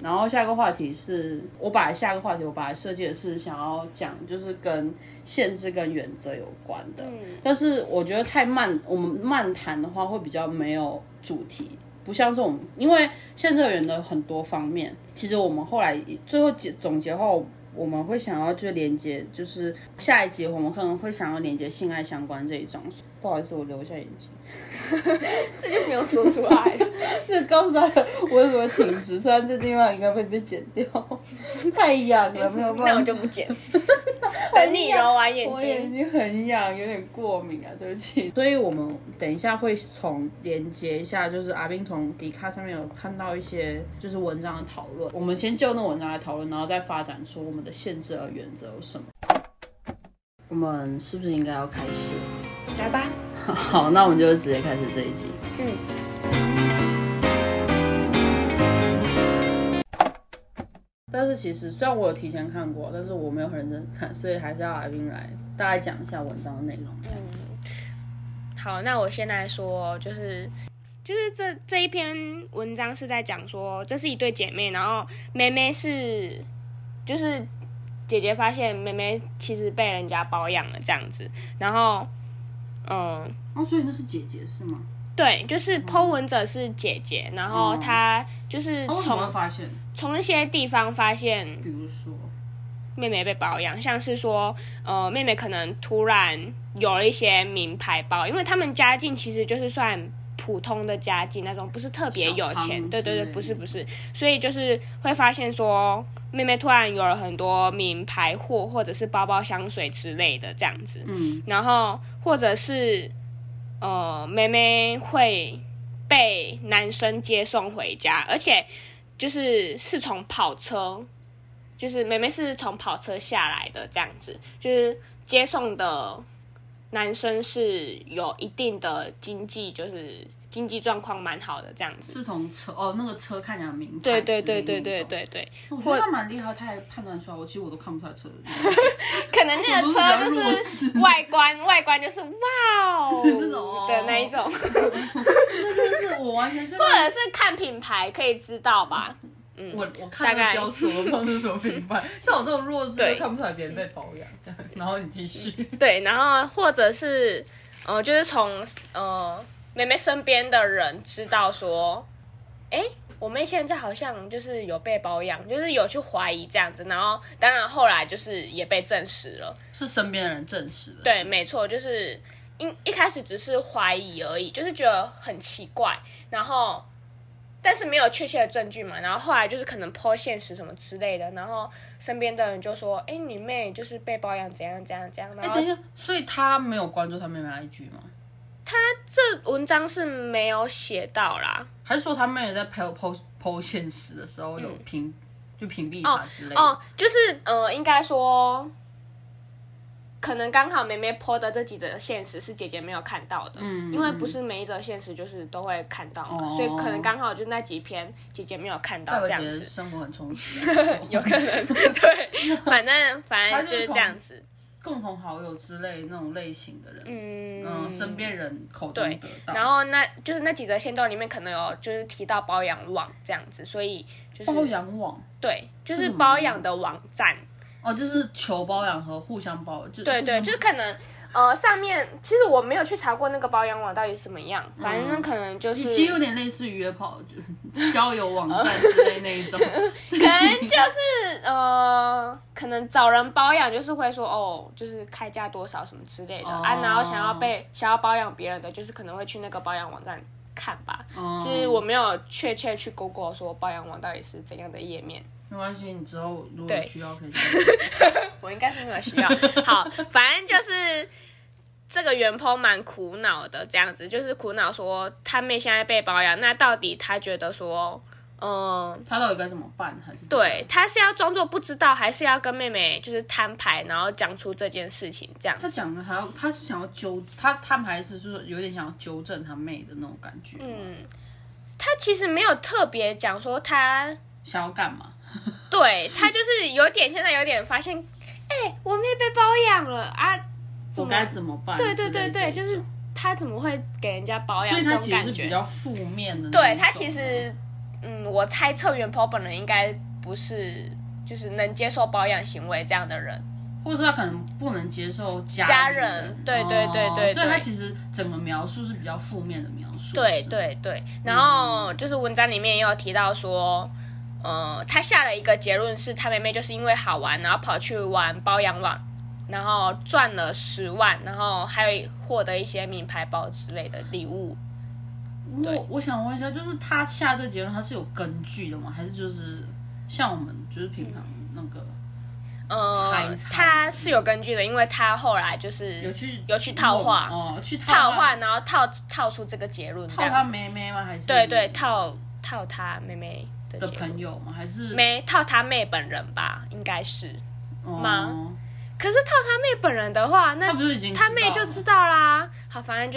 然后下一个话题是我本来设计的是想要讲就是跟限制跟原则有关的，但是我觉得太慢，我们漫谈的话会比较没有主题。不像这种，因为限制原则很多方面，其实我们后来最后总结后，我们会想要就连接，就是下一集我们可能会想要连接性爱相关这一种。不好意思，我流一下眼睛。 这就不用说出来了， 就告诉大家我为什么停止，虽然这地方应该会被剪掉，太痒了，没有办法。 那我就不剪。等你揉完眼睛， 我眼睛很痒，有点过敏啊，对不起。所以我们等一下会从连接一下，就是阿斌从迪卡上面有看到一些就是文章的讨论，我们先就那文章来讨论，然后再发展出我们的限制和原则有什么。我们是不是应该要开始？ 来吧。 好，那我们就直接开始这一集。但是其实虽然我有提前看过，但是我没有很认真看，所以还是要阿斌来大概讲一下文章的内容。 好，那我先来说，就是这一篇文章是在讲说，这是一对姐妹，然后妹妹是就是姐姐发现妹妹其实被人家包养了这样子，然后所以那是姐姐是吗？ 对，就是 po 文者是姐姐，然后她就是从一些地方发现， 比如说妹妹被包养，像是说妹妹可能突然有了一些名牌包，因为他们家境其实就是算普通的家境那种，不是特别有钱，对对对，不是，所以就是会发现说妹妹突然有了很多名牌货或者是包包香水之类的这样子，然后或者是妹妹会被男生接送回家，而且就是从跑车，就是妹妹是从跑车下来的这样子，就是接送的男生是有一定的经济，就是经济状况蛮好的这样子。 是从车那个车看起来很名牌， 对， 我觉得他蛮厉害，他还判断出来，其实我都看不出来车的。 可能那个车就是外观就是哇哦的那一种， 那真的是我完全或者是看品牌可以知道吧。 我看那个标识，我都不知道是什么品牌。像我这种弱智，都看不出来别人被包养。然后你继续。 对，然后或者是就是从妹妹身边的人知道说，我妹现在好像就是有被包养，就是有去怀疑这样子，然后当然后来就是也被证实了， 是身边的人证实的。 对，没错，就是一开始只是怀疑而已，就是觉得很奇怪，然后但是没有确切的证据嘛，然后后来就是可能 po 现实什么之类的，然后身边的人就说，你妹就是被包养怎样怎样怎样，然后等一下，所以他没有关注他妹妹IG吗？ 他这文章是没有写到啦， 还是说他妹妹在 po 现实的时候有屏蔽他之类的？ 就是应该说，可能刚好妹妹 po 的这几则现实是姐姐没有看到的，因为不是每一则现实就是都会看到嘛，所以可能刚好就那几篇姐姐没有看到这样子。 生活很充实， 有可能对，反正就是这样子。 共同好友之类那种类型的人，身边人口中得到。 然后就是那几则线动里面可能有就是提到包养网这样子，所以就是包养网， 对，就是包养的网站。 就是求包养和互相包， 对，就是可能上面其实我没有去查过那个包养网到底是什么样，反正可能就是其实有点类似于约炮、交友网站之类那一种， 可能就是可能找人包养就是会说就是开价多少什么之类的然后想要包养别人的，就是可能会去那个包养网站看吧。就是我没有确切去 Google 说包养网到底是怎样的页面。 没关系，你之后如果需要可以。 我应该是没有需要。好，反正就是这个原 po 蛮苦恼的，这样子就是苦恼说他妹现在被包养，那到底他觉得说， 他到底该怎么办？还是对，他是要装作不知道，还是要跟妹妹就是摊牌，然后讲出这件事情？这样他讲的他是想要他摊牌是说有点想要纠正他妹的那种感觉。 他其实没有特别讲说他想要干嘛。 对，他就是现在有点发现，我妹被包养了啊， 我该怎么办？ 对，就是他怎么会给人家包养？ 所以他其实是比较负面的。 对，他其实我猜测原 po 本人应该不是就是能接受保养行为这样的人。 或者是他可能不能接受家人，对， 所以他其实整个描述是比较负面的描述。 对，然后就是文章里面也有提到说，他下了一个结论是他妹妹就是因为好玩，然后跑去玩包养网，然后赚了10万，然后还有获得一些名牌包之类的礼物。 我想问一下，就是他下这个结论他是有根据的吗？还是就是像我们就是平常那个？ 他是有根据的，因为他后来就是有去套话， 去套话，然后套出这个结论。 套他妹妹吗？还是对，套他妹妹的朋友吗？还是没套他妹本人吧？应该是吗？可是套他妹本人的话，那他不是已经他妹就知道啦。好，反正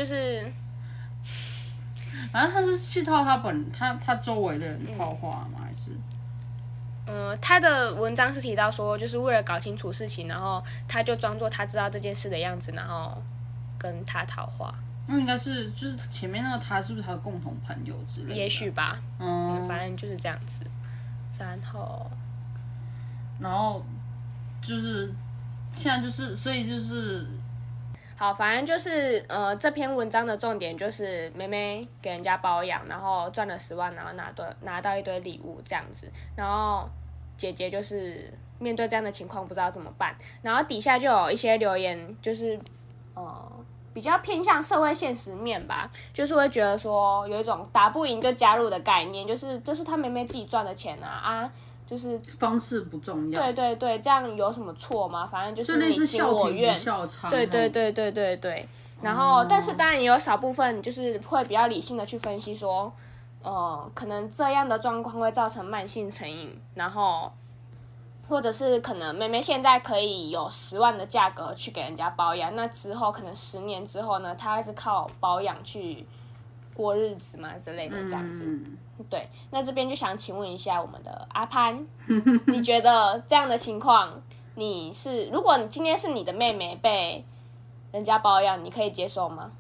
他是去套他周围的人套话吗？还是？ 他的文章是提到说，就是为了搞清楚事情，然后他就装作他知道这件事的样子，然后跟他讨话。 那应该是就是前面那个他是不是他的共同朋友之类的？ 也许吧。反正就是这样子。 然后就是现在就是所以就是好，反正就是这篇文章的重点就是妹妹给人家包养，然后赚了10万，然后拿到一堆礼物这样子，然后姐姐就是面对这样的情况不知道怎么办，然后底下就有一些留言就是比较偏向社会现实面吧，就是会觉得说有一种打不赢就加入的概念，就是这是他妹妹自己赚的钱啊，就是方式不重要。 对，这样有什么错吗？反正就是你情我愿。对。然后，但是当然也有少部分就是会比较理性的去分析说，可能这样的状况会造成慢性成瘾，然后或者是可能妹妹现在可以有10万的价格去给人家包养，那之后可能10年之后呢，她还是靠保养去过日子嘛之类的这样子。对，那这边就想请问一下我们的阿潘，你觉得这样的情况，如果你今天是你的妹妹被人家包养，你可以接受吗？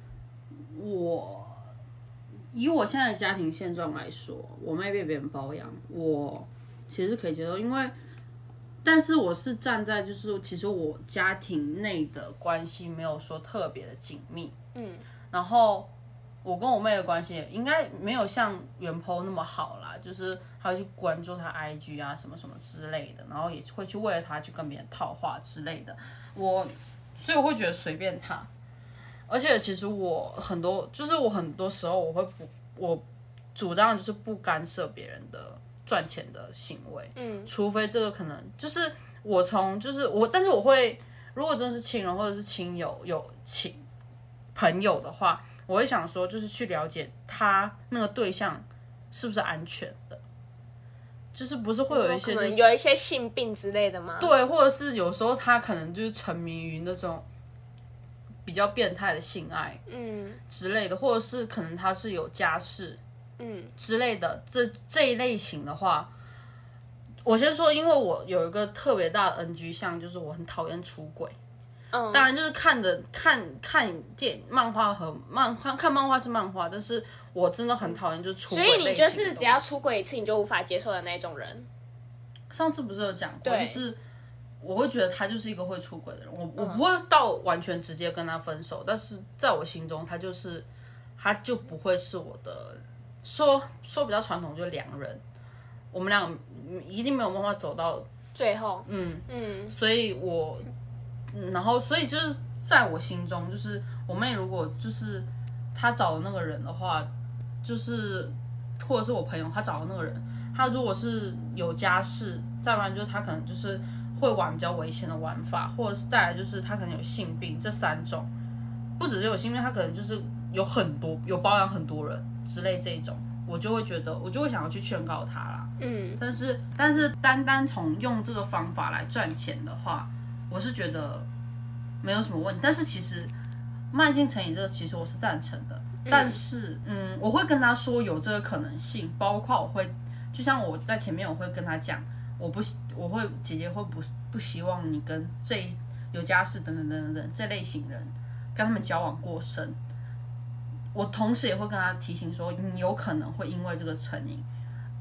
以我现在的家庭现状来说，我妹被别人包养，我其实可以接受，但是我是站在就是其实我家庭内的关系没有说特别的紧密，然后我跟我妹的关系应该没有像原 po 那么好啦，就是她会去关注她 IG 啊什么什么之类的，然后也会去为了她去跟别人套话之类的，所以我会觉得随便她，而且其实我很多时候我主张就是不干涉别人的赚钱的行为，除非这个可能就是但是我会如果真的是亲人或者是亲友朋友的话。我会想说，就是去了解他那个对象是不是安全的，就是不是会有一些、 可能有一些性病之类的吗？ 对，或者是有时候他可能就是沉迷于那种比较变态的性爱，之类的，或者是可能他是有家室，之类的，这一类型的话，我先说，因为我有一个特别大的 NG 项，就是我很讨厌出轨。当然就是看漫画看漫画是漫画，但是我真的很讨厌就是出轨类型的东西。 所以你就是只要出轨一次你就无法接受的那种人。 上次不是有讲过，就是我会觉得他就是一个会出轨的人，我不会到完全直接跟他分手，但是在我心中他就不会是我的说比较传统，就良人，我们俩一定没有办法走到最后。 所以然后，所以就是在我心中，就是我妹如果就是她找的那个人的话，就是或者是我朋友他找的那个人，他如果是有家室，再不然就是他可能就是会玩比较危险的玩法，或者是再来就是他可能有性病，这3种，不只是有性病，他可能就是有包养很多人之类这一种，我就会想要去劝告他啦。但是单从用这个方法来赚钱的话。我是觉得没有什么问题，但是其实慢性成瘾这个其实我是赞成的，但是我会跟他说有这个可能性，包括我会就像我在前面我会跟他讲，姐姐会不希望你跟有家室等等这类型人跟他们交往过深，我同时也会跟他提醒说你有可能会因为这个成瘾，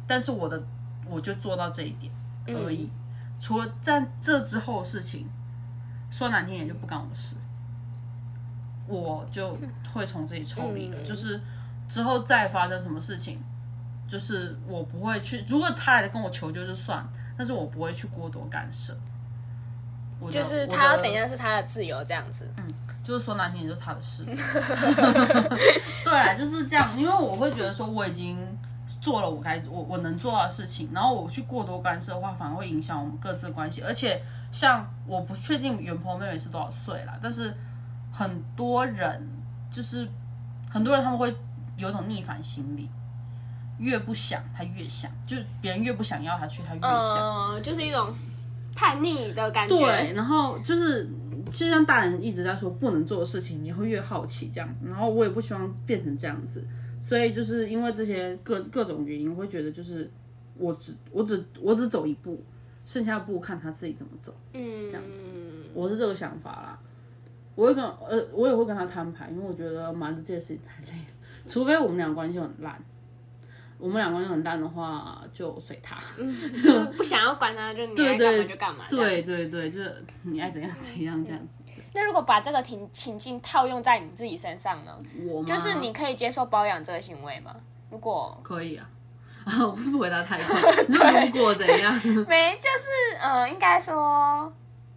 但是我就做到这一点而已。除了在这之后的事情，说难听点就不干我的事，我就会从这里抽离了。就是之后再发生什么事情，就是我不会去。如果他来跟我求救就算，但是我不会去过多干涉。 就是他要怎样是他的自由，这样子。 就是说难听点就是他的事。对啊，就是这样。因为我会觉得说我已经做了我能做到的事情，然后我去过多干涉的话，反而会影响我们各自的关系。而且像我不确定袁鹏妹妹是多少岁啦，但是很多人他们会有一种逆反心理，越不想他越想，就是别人越不想要他去，他越想， 就是一种叛逆的感觉。 对，然后就是其实像大人一直在说不能做的事情，你会越好奇这样，然后我也不希望变成这样子，所以就是因为这些各种原因，我会觉得就是我只走一步，剩下的步看他自己怎么走，这样子，我是这个想法啦。我也会跟他摊牌，因为我觉得瞒着这些事情太累了，除非我们俩关系很烂。我们俩关系很烂的话，就随他， 就是不想要管他，就你爱干嘛就干嘛。 对，就是你爱怎样怎样这样子。 那如果把这个情境套用在你自己身上呢？就是你可以接受包养这个行为吗？如果可以啊，我是不是回答太快？你说如果怎样？ 没，就是应该说，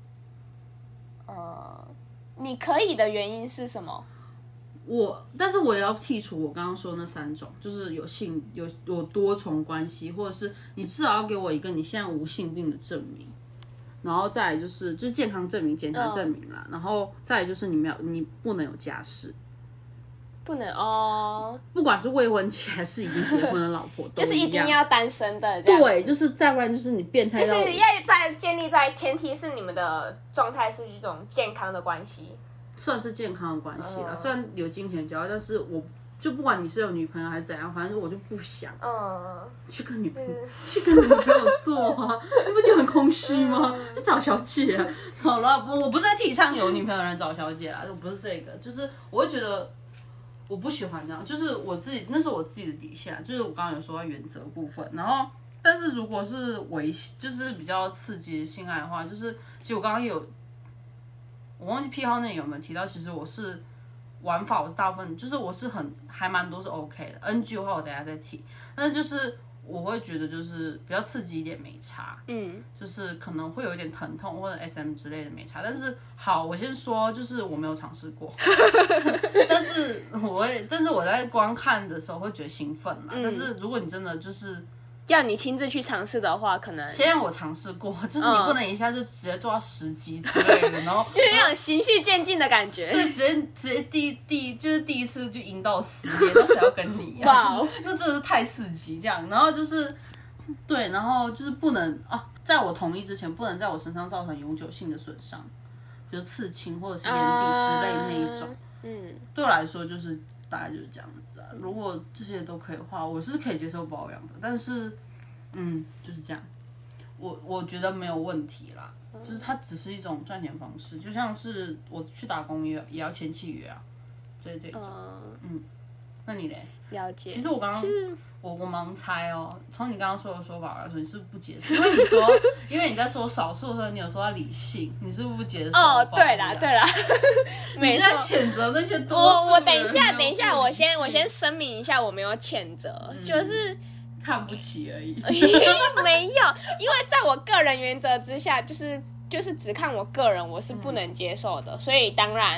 你可以的原因是什么？ 但是我也要剔除我刚刚说的那3种，就是有多重关系，或者是你至少要给我一个你现在无性病的证明，然后再来就是健康证明、检查证明啦，然后再来就是你不能有家室， 不能哦， 不管是未婚妻还是已经结婚的老婆， 就是一定要单身的这样子。 对，就是再不然就是你变态到， 就是要建立在前提是你们的状态是一种健康的关系。 算是健康的关系啦，虽然有金钱交易，但是我就不管你是有女朋友还是怎样，反正我就不想去跟女朋友做啊，你不觉得很空虚吗？就找小姐啊。好了，我不是在提倡有女朋友的人找小姐啦，我不是这个，就是我会觉得我不喜欢这样，就是那是我自己的底线，就是我刚刚有说到原则部分，然后但是如果是就是比较刺激的性爱的话，就是其实我刚刚我忘记癖好那有没有提到，其实我是玩法，我是大部分就是我是还蛮多是 OK 的 ，NG 的话我等一下再提。但是就是我会觉得就是比较刺激一点没差，就是可能会有一点疼痛或者 SM 之类的没差。但是好，我先说就是我没有尝试过，但是我在观看的时候会觉得兴奋啦。但是如果你真的就是要你亲自去尝试的话，可能先让我尝试过，就是你不能一下就直接做到10集之类的，然后就是那种循序渐进的感觉。 对，直接就是第一次就阴道撕裂，那谁要跟你啊？就是那真的是太刺激这样。然后就是对，然后就是不能在我同意之前，不能在我身上造成永久性的损伤，比如刺青或者是眼底之类那一种。对我来说就是大概就是这样子啊。如果这些都可以的话，我是可以接受包养的，但是就是这样，我觉得没有问题啦，就是它只是一种赚钱方式，就像是我去打工也要签契约啊，这种。那你嘞？ 了解。 其实我刚刚我盲猜哦，从你刚刚说的说法来说，你是不是不接受？因为你在说少数的时候，你有说到理性，你是不是不接受？ 对啦，没错。 你在谴责那些多数的人。 我等一下，我先声明一下，我没有谴责，就是看不起而已。 没有，因为在我个人原则之下，就是只看我个人，我是不能接受的，所以当然，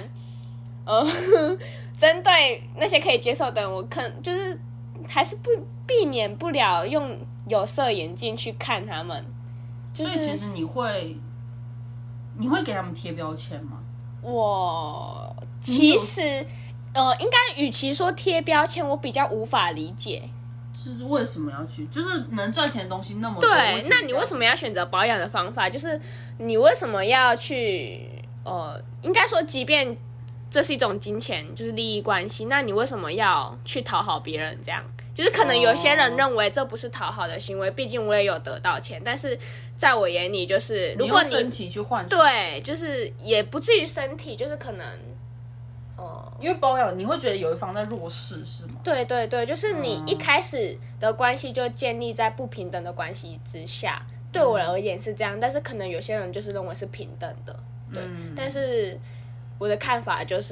针对那些可以接受的人，我就是还是避免不了用有色眼镜去看他们。 所以其实你会给他们贴标签吗？ 我其实应该与其说贴标签，我比较无法理解。 就是为什么要去？就是能赚钱的东西那么多， 对，那你为什么要选择保养的方法？就是你为什么要去应该说，即便这是一种金钱，就是利益关系，那你为什么要去讨好别人？这样就是可能有些人认为这不是讨好的行为，毕竟我也有得到钱，但是在我眼里，就是如果你用身体去换， 对，就是也不至于身体，就是可能因为包养你会觉得有一方在弱势是吗？ 对对对，就是你一开始的关系就建立在不平等的关系之下，对我而言是这样，但是可能有些人就是认为是平等的，对，但是我的看法就是，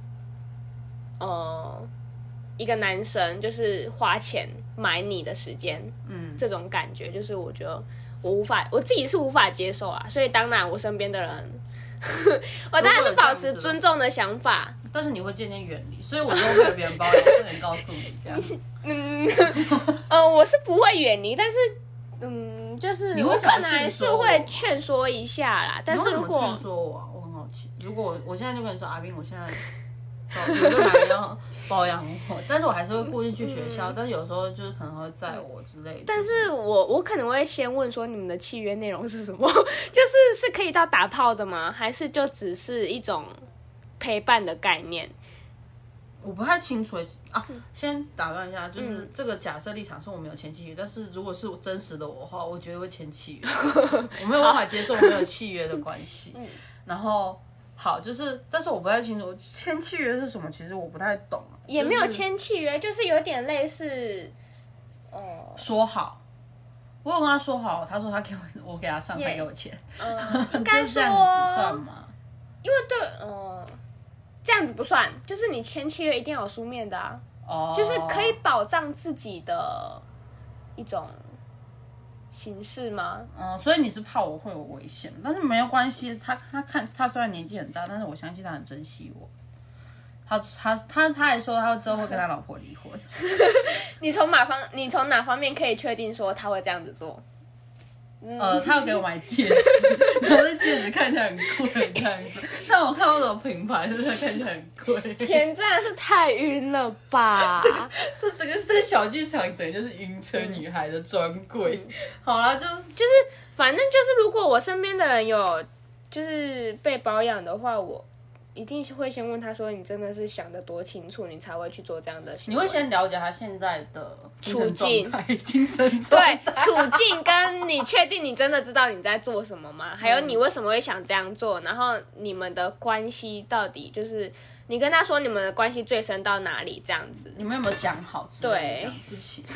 一个男生就是花钱买你的时间，这种感觉就是我觉得我自己是无法接受啦，所以当然我身边的人。我当然是保持尊重的想法， 但是你会渐渐远离，所以我就为了别人包养，不能告诉你这样。 我是不会远离，但是就是我可能还是会劝说一下啦。但是如果劝说我，我很好奇，如果我现在就跟你说，阿斌，我现在有个男人要包养我，但是我还是会固定去学校，但是有时候就是可能会载我之类的。 但是我可能会先问说你们的契约内容是什么，就是可以到打炮的吗？还是就只是一种陪伴的概念？ 我不太清楚啊。先打断一下，就是这个假设立场是我没有签契约，但是如果是真实的我的话，我绝对会签契约。我没有办法接受没有契约的关系。然后。好，就是，但是我不太清楚签契约是什么，其实我不太懂。 也没有签契约，就是有点类似， 说好，我有跟他说好，他说他给我给他上，他给我钱， 应该说这样子算吗？ 因为对，这样子不算，就是你签契约一定要有书面的啊，就是可以保障自己的一种。形式吗？ 所以你是怕我会有危险，但是没有关系。他虽然年纪很大，但是我相信他很珍惜我。他还说他之后会跟他老婆离婚。 你从哪方面可以确定说他会这样子做？ 他要给我买戒指，然后那戒指看起来很贵，这样子。但我看到什么品牌，就是看起来很贵。 天，真的是太晕了吧！ 这个小剧场整个就是晕车女孩的专柜。好啦，就是反正就是，如果我身边的人有就是被包养的话，我一定会先问他说：“你真的是想得多清楚，你才会去做这样的行为？” 你会先了解他现在的处境、 精神状态， 对处境，跟你确定你真的知道你在做什么吗？还有你为什么会想这样做？然后你们的关系到底就是你跟他说你们的关系最深到哪里？这样子， 你们有没有讲好？ 对， 对不起，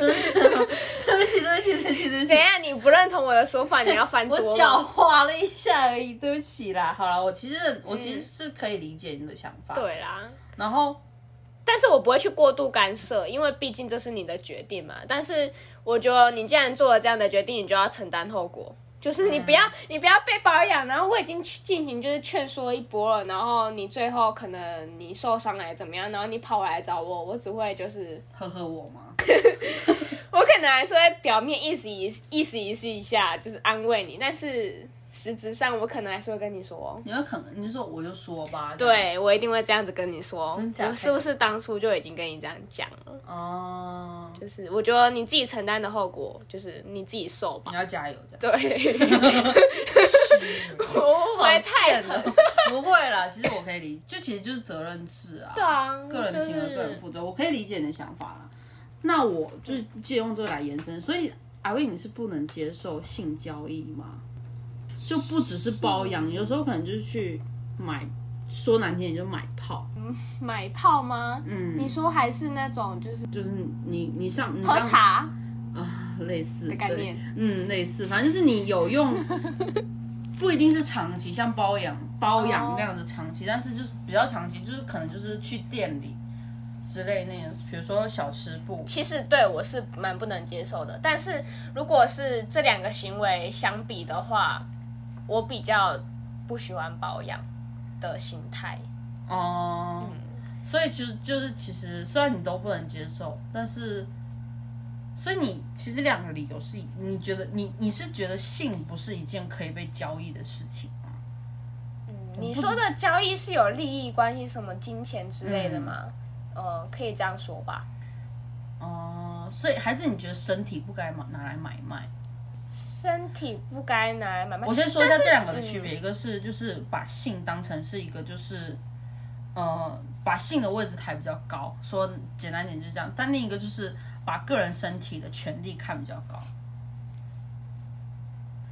对不起。 怎样？你不认同我的说法，你要翻桌吗？ 我脚滑了一下而已，对不起啦。好啦，我其实是可以理解你的想法。 对啦， 然后， 但是我不会去过度干涉，因为毕竟这是你的决定嘛。但是我觉得你既然做了这样的决定，你就要承担后果。就是你不要被包养，然后我已经进行就是劝说一波了，然后你最后可能你受伤了怎么样，然后你跑来找我，我只会就是呵呵我吗？ 我可能还是会表面意思一下，就是安慰你，但是实质上我可能还是会跟你说， 你有可能你就说我就说吧， 对我一定会这样子跟你说， 真假？ 我是不是当初就已经跟你这样讲了？就是我觉得你自己承担的后果，就是你自己受吧。 你要加油， 对，我会太狠， 不会啦。其实我可以理解，就其实就是责任制啊， 对啊， 个人行为个人负责，我可以理解你的想法啦。那我就借用这个来延伸，所以阿威你是不能接受性交易吗？就不只是包养，有时候可能就是去买，说难听点就买炮。 买炮吗？你说还是那种就是你上喝茶类似的概念， 类似，反正就是你有用，不一定是长期，像包养那样的长期，但是就是比较长期，就是可能就是去店里之类那种，比如说小吃部。 其实对我是蛮不能接受的，但是如果是这两个行为相比的话，我比较不喜欢包养的心态。 所以其实虽然你都不能接受，但是所以你其实两个理由是，你觉得你是觉得性不是一件可以被交易的事情吗？ 你说的交易是有利益关系，什么金钱之类的吗？可以这样说吧。 所以还是你觉得身体不该拿来买卖？ 身体不该拿来买卖。 我先说一下这两个的区别，一个是就是把性当成是一个就是把性的位置抬比较高，说简单点就是这样，但另一个就是把个人身体的权利看比较高。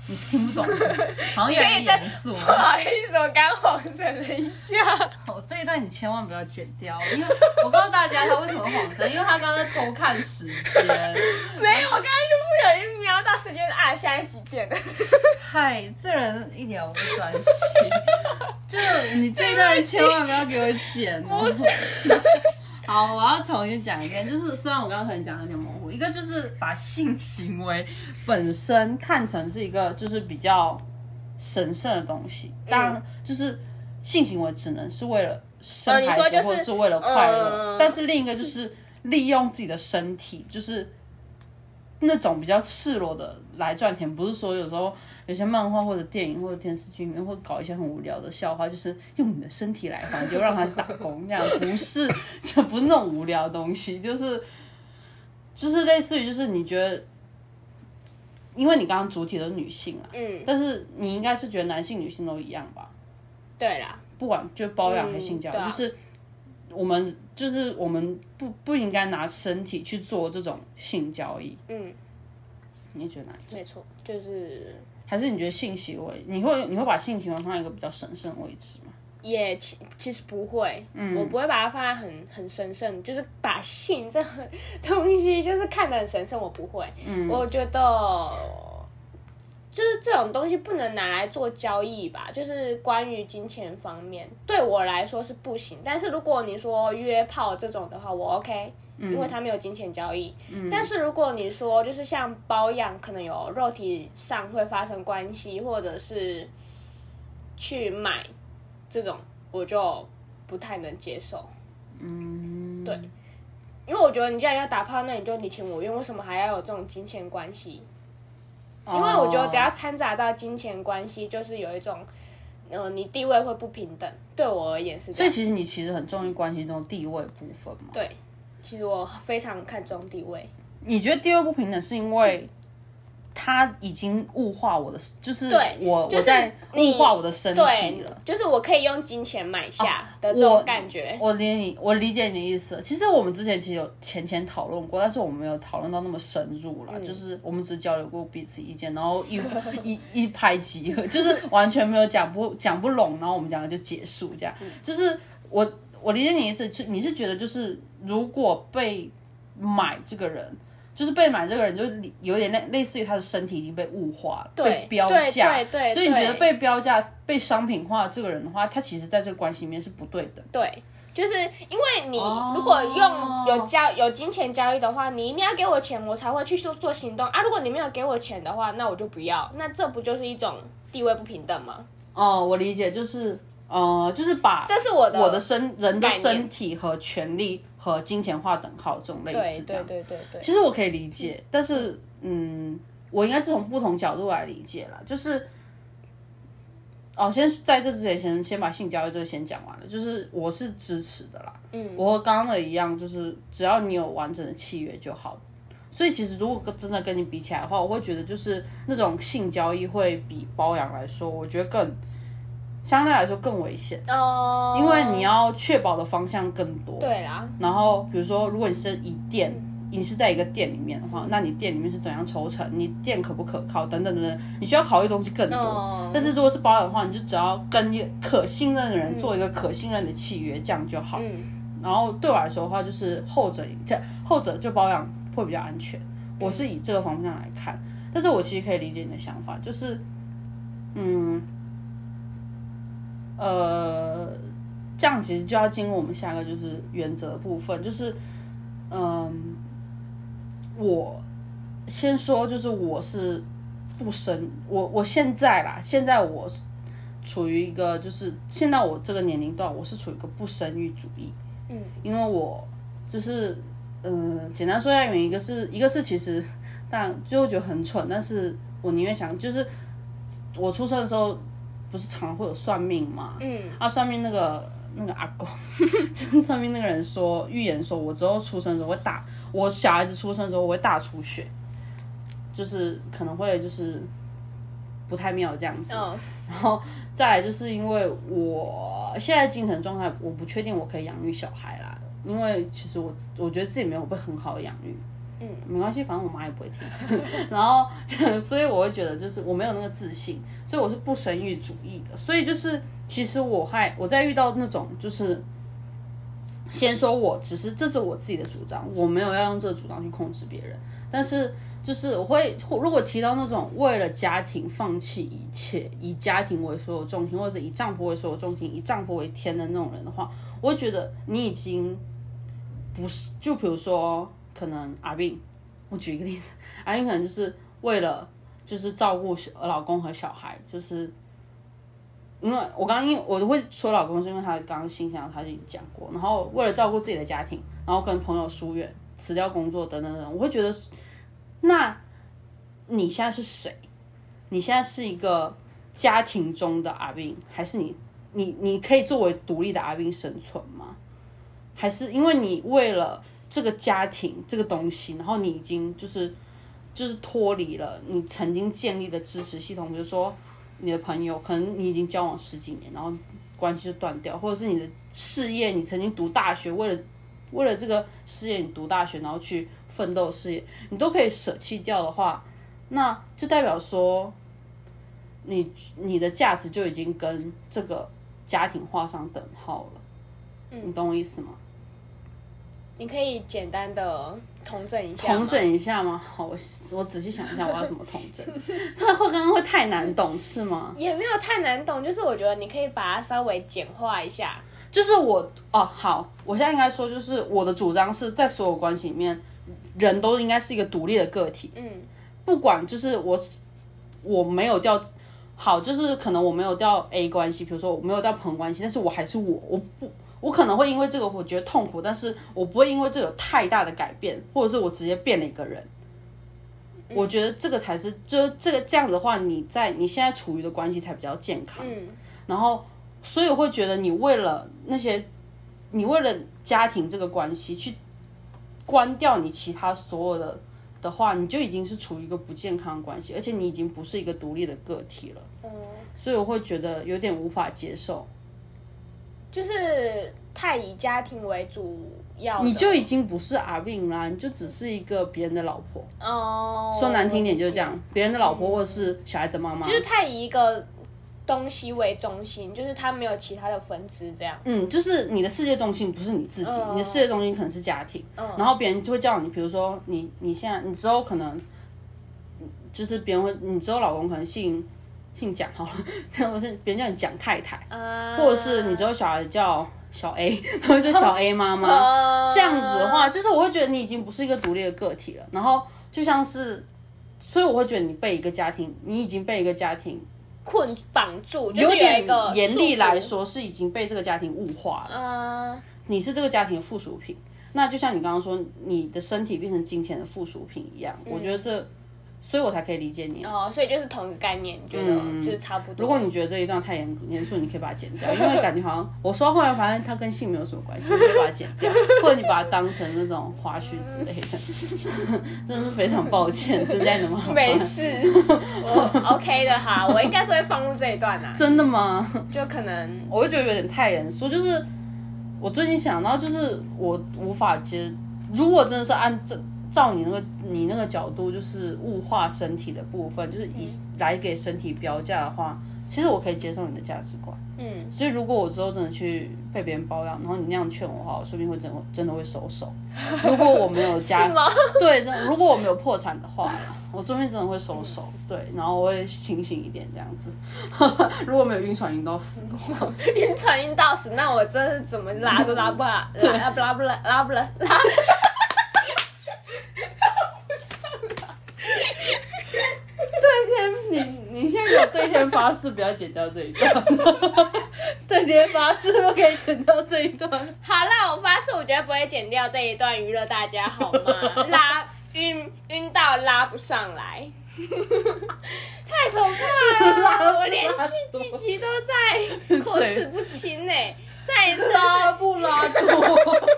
你听不懂，好像有点严肃。 不好意思，我刚晃神了一下。 这一段你千万不要剪掉，因为我告诉大家他为什么晃神，因为他刚刚在偷看时间。 没有，我刚刚就不小心瞄到时间啊，现在几点了？ 嗨，这人一点都不专心，就是你这一段千万不要给我剪哦。 不是。 好，我要重新讲一遍，就是虽然我刚刚可能讲的有点模糊，一个就是把性行为本身看成是一个就是比较神圣的东西，当然就是性行为只能是为了生孩子或者是为了快乐，但是另一个就是利用自己的身体，就是那种比较赤裸的来赚钱，不是说有时候有些漫画或者电影或者电视剧里面会搞一些很无聊的笑话，就是用你的身体来还，就让他去打工，这样不是就不是那种无聊的东西，就是类似于就是你觉得，因为你刚刚主体都是女性啊，但是你应该是觉得男性女性都一样吧？ 对啦， 不管就包养还是性交易，就是我们不应该拿身体去做这种性交易。你觉得哪一种？ 没错，就是还是你觉得性行为，你会把性行为放在一个比较神圣的位置吗？ 也其实不会，我不会把它放在很神圣，就是把性这东西就是看得很神圣，我不会。我觉得就是这种东西不能拿来做交易吧，就是关于金钱方面，对我来说是不行。但是如果你说约炮这种的话，我 OK。因为它没有金钱交易，但是如果你说就是像包养，可能有肉体上会发生关系，或者是去买这种，我就不太能接受。对，因为我觉得你既然要打炮，那你就你情我愿，为什么还要有这种金钱关系？因为我觉得只要掺杂到金钱关系，就是有一种，你地位会不平等。对我而言是这样。 所以其实你其实很重视关系中地位部分嘛？ 对。其实我非常看重地位。 你觉得地位不平等是因为他已经物化我的，就是我在物化我的身体了， 就是我可以用金钱买下的这种感觉。 我理解你的意思。其实我们之前其实有浅讨论过，但是我们没有讨论到那么深入啦。就是我们只交流过彼此意见，然后一拍即合，就是完全没有讲不拢，然后我们两个就结束这样。就是我理解你的意思，你是觉得就是如果被买这个人，就是被买这个人就有点类似于他的身体已经被物化了，被标价， 对， 所以你觉得被标价、被商品化这个人的话，他其实在这个关系里面是不对的。 对，就是因为你如果用有金钱交易的话，你一定要给我钱，我才会去做行动啊。如果你没有给我钱的话，那我就不要。那这不就是一种地位不平等吗？ 我理解，就是把这是我的人的身体和权利和金钱划等号这种类似这样。 对。 其实我可以理解，但是我应该是从不同角度来理解啦。就是先在这之前先把性交易这个先讲完了，就是我是支持的啦。我和刚刚的一样，就是只要你有完整的契约就好。所以其实如果真的跟你比起来的话，我会觉得就是那种性交易会比包养来说，我觉得相对来说更危险因为你要确保的方向更多。 对啦。然后比如说，如果你是你是在一个店里面的话，那你店里面是怎样抽成？你店可不可靠？等等等等，你需要考虑的东西更多。但是如果是包养的话，你就只要跟一个可信任的人做一个可信任的契约，这样就好。然后对我来说的话，就是后者就包养会比较安全。我是以这个方向来看，但是我其实可以理解你的想法，就是这样其实就要进入我们下一个就是原则的部分，就是我先说，就是我是不生，我现在我处于一个就是现在我这个年龄段，我是处于一个不生育主义，因为我就是简单说一下原因，一个是其实但就会觉得很蠢，但是我宁愿想就是我出生的时候。不是常常会有算命嘛？算命那个阿公，就是算命那个人说预言说，我之后出生的时候我小孩子出生的时候我会大出血，就是可能会就是不太妙这样子。然后再来就是因为我现在精神状态，我不确定我可以养育小孩啦，因为其实我觉得自己没有被很好的养育， 没关系，反正我妈也不会听。然后，所以我会觉得就是我没有那个自信，所以我是不生育主义的。所以就是其实我在遇到那种就是先说这是我自己的主张，我没有要用这个主张去控制别人，但是就是如果提到那种为了家庭放弃一切，以家庭为所有重心，或者以丈夫为所有重心，以丈夫为天的那种人的话，我会觉得你已经不是，就比如说可能阿斌，我举一个例子，阿斌可能就是为了就是照顾老公和小孩，就是因为我会说老公是因为他刚刚信箱他已经讲过，然后为了照顾自己的家庭，然后跟朋友疏远，辞掉工作等等等，我会觉得，那你现在是谁？你现在是一个家庭中的阿斌，还是你可以作为独立的阿斌生存吗？还是因为你为了这个家庭这个东西，然后你已经就是脱离了你曾经建立的支持系统，比如说你的朋友，可能你已经交往10几年，然后关系就断掉，或者是你的事业，你曾经读大学，为了这个事业你读大学，然后去奋斗事业，你都可以舍弃掉的话，那就代表说你的价值就已经跟这个家庭画上等号了。你懂我意思吗？ 你可以简单的统整一下。 统整一下吗？好，我仔细想一下，我要怎么统整？它刚刚会太难懂是吗？ 也没有太难懂，就是我觉得你可以把它稍微简化一下。 就是好，我现在应该说，就是我的主张是在所有关系里面，人都应该是一个独立的个体。不管就是我没有掉。好，就是可能我没有掉 A 关系，比如说我没有掉朋友关系，但是我还是我可能会因为这个我觉得痛苦，但是我不会因为这个有太大的改变，或者是我直接变了一个人。我觉得这个才是，就是这样的话，你现在处于的关系才比较健康。然后，所以我会觉得你为了家庭这个关系去关掉你其他所有的话，你就已经是处于一个不健康的关系，而且你已经不是一个独立的个体了。所以我会觉得有点无法接受。 就是太以家庭为主要的， 你就已经不是阿炳啦，你就只是一个别人的老婆。说难听点就是这样，别人的老婆或者是小孩的妈妈， 就是太以一个东西为中心，就是他没有其他的分支这样。 就是你的世界中心不是你自己，你的世界中心可能是家庭。然后别人就会叫你，比如说你现在你之后可能就是别人会，你之后老公可能姓蒋好了，或者是别人叫你蒋太太，或者是你之后小孩叫小 A， 或者小 A 妈妈，这样子的话，就是我会觉得你已经不是一个独立的个体了。然后就像是，所以我会觉得你已经被一个家庭捆绑住，就是有点一个严厉来说是已经被这个家庭物化了。你是这个家庭的附属品，那就像你刚刚说，你的身体变成金钱的附属品一样。我觉得所以我才可以理解你。 所以就是同一个概念，你觉得就是差不多。 如果你觉得这一段太严肃，你可以把它剪掉，因为感觉好像我说到后来发现它跟性没有什么关系，你可以把它剪掉，或者你把它当成那种花絮之类的。真的是非常抱歉，增加你的麻烦。 没事，我 OK 的哈，我应该是会放入这一段啊。 真的吗？ 就可能我会觉得有点太严肃，就是我最近想到，就是我无法接，如果真的是照你那个角度，就是物化身体的部分，就是来给身体标价的话，其实我可以接受你的价值观。所以如果我之后真的去被别人包养，然后你那样劝我的话，我说不定会真的会收手。如果我没有家，对，如果我没有破产的话，我说不定真的会收手。对，然后我会清醒一点这样子。如果没有晕船晕到死的话， 晕船晕到死，那我真是怎么拉都拉不拉，拉不了。 你现在给我对天发誓，不要剪掉这一段。对天发誓，不可以剪掉这一段。 好啦，我发誓，我绝对不会剪掉这一段，娱乐大家好吗？晕到拉不上来，太可怕了！我连续几集都在口齿不清欸。上一次拉不拉多？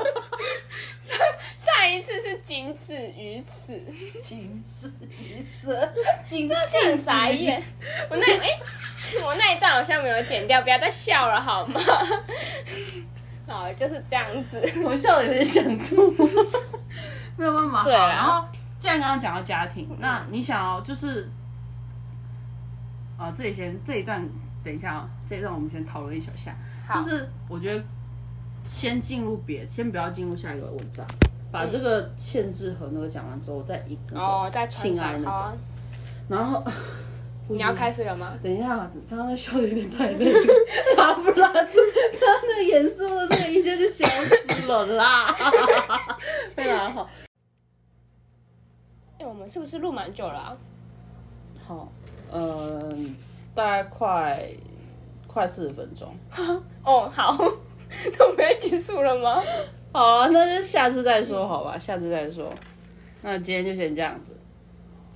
上一次是仅止于此， 仅止于此， 真的是很傻眼。我那一段好像没有剪掉，不要再笑了好吗？好，就是这样子。 我笑得有点想吐，没有办法。 对，然后既然刚刚讲到家庭，那你想要就是这一段等一下啊，这一段我们先讨论一小下。就是我觉得先不要进入下一个文章，把这个限制和那个讲完之后，再再性爱那个，然后你要开始了吗？ 等一下，刚刚那笑的有点太累了，拉不拉住？刚刚那严肃的那个一下就消失了啦，非常好。 我们是不是录蛮久了啊？ 好，大概快40分钟。 哦，好，那我们要结束了吗？ 好啊，那就下次再说好吧，下次再说。那今天就先这样子。